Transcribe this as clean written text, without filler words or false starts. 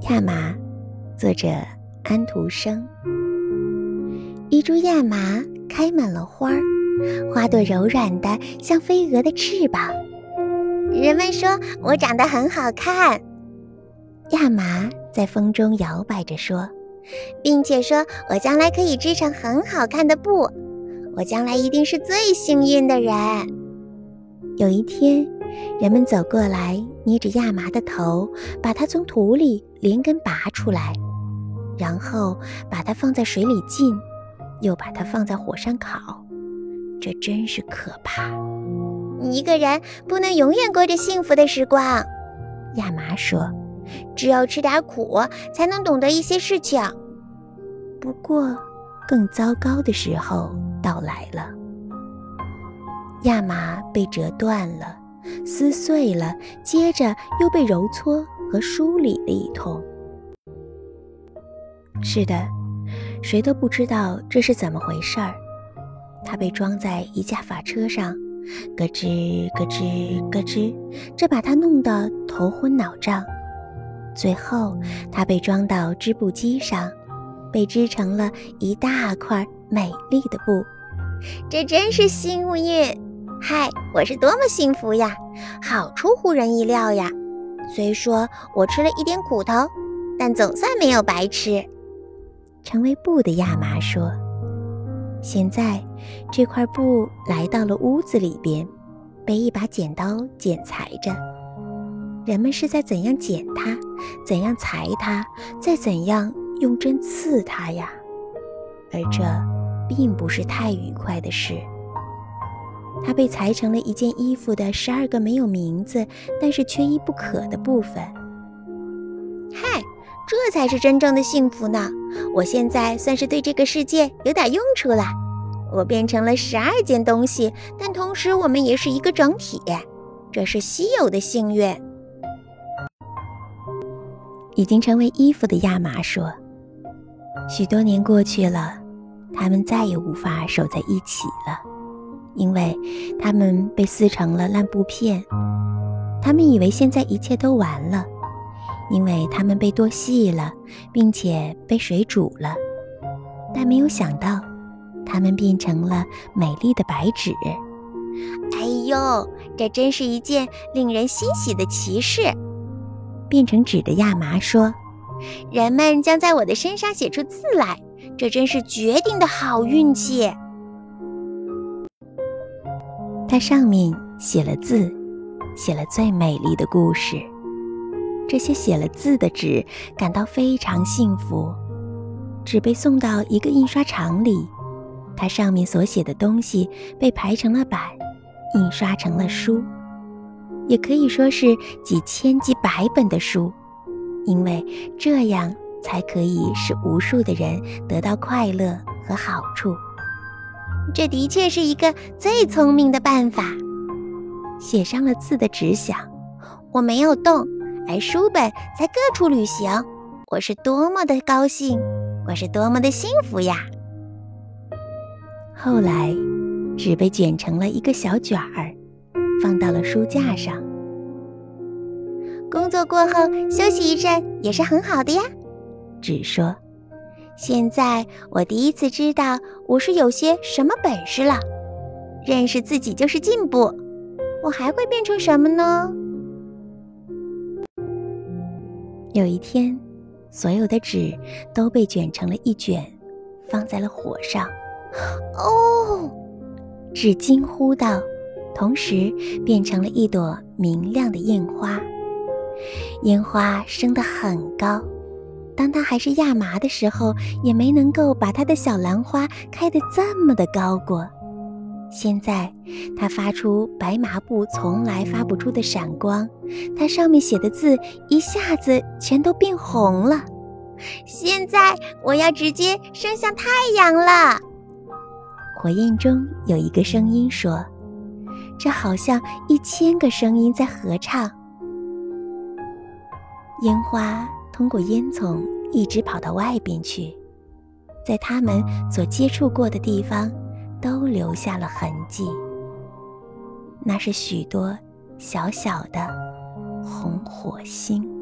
亚麻，作者安徒生。一株亚麻开满了花儿，花朵柔软的像飞蛾的翅膀。人们说我长得很好看，亚麻在风中摇摆着说，并且说我将来可以织成很好看的布，我将来一定是最幸运的人。有一天，人们走过来，捏着亚麻的头，把它从土里连根拔出来，然后把它放在水里浸，又把它放在火上烤。这真是可怕。一个人不能永远过着幸福的时光，亚麻说，只有吃点苦才能懂得一些事情。不过更糟糕的时候到来了，亚麻被折断了，撕碎了，接着又被揉搓和梳理了一通。是的，谁都不知道这是怎么回事儿。它被装在一架法车上，咯吱咯吱咯吱，这把它弄得头昏脑胀。最后，它被装到织布机上，被织成了一大块美丽的布。这真是幸运！嗨，我是多么幸福呀，好出乎人意料呀。虽说我吃了一点苦头，但总算没有白吃。成为布的亚麻说，现在这块布来到了屋子里边，被一把剪刀剪裁着。人们是在怎样剪它，怎样裁它，再怎样用针刺它呀？而这并不是太愉快的事。它被裁成了一件衣服的12个没有名字，但是缺一不可的部分。嗨，这才是真正的幸福呢！我现在算是对这个世界有点用处了。我变成了12件东西，但同时我们也是一个整体，这是稀有的幸运。已经成为衣服的亚麻说，许多年过去了，它们再也无法守在一起了，因为它们被撕成了烂布片。他们以为现在一切都完了，因为它们被剁细了，并且被水煮了，但没有想到它们变成了美丽的白纸。哎呦，这真是一件令人欣喜的奇事。变成纸的亚麻说，人们将在我的身上写出字来，这真是绝顶的好运气。它上面写了字，写了最美丽的故事。这些写了字的纸感到非常幸福。纸被送到一个印刷厂里，它上面所写的东西被排成了版，印刷成了书，也可以说是几千几百本的书，因为这样才可以使无数的人得到快乐和好处。这的确是一个最聪明的办法。写上了字的纸想，我没有动，而书本在各处旅行，我是多么的高兴，我是多么的幸福呀。后来纸被卷成了一个小卷儿，放到了书架上。工作过后休息一阵也是很好的呀，纸说，现在我第一次知道我是有些什么本事了。认识自己就是进步，我还会变成什么呢？有一天，所有的纸都被卷成了一卷，放在了火上。哦，纸惊呼道，同时变成了一朵明亮的烟花。烟花升得很高，当它还是亚麻的时候，也没能够把它的小兰花开得这么的高过。现在它发出白麻布从来发不出的闪光，它上面写的字一下子全都变红了。现在我要直接升向太阳了。火焰中有一个声音说，这好像1000个声音在合唱。烟花通过烟囱一直跑到外边去，在它们所接触过的地方都留下了痕迹。那是许多小小的红火星。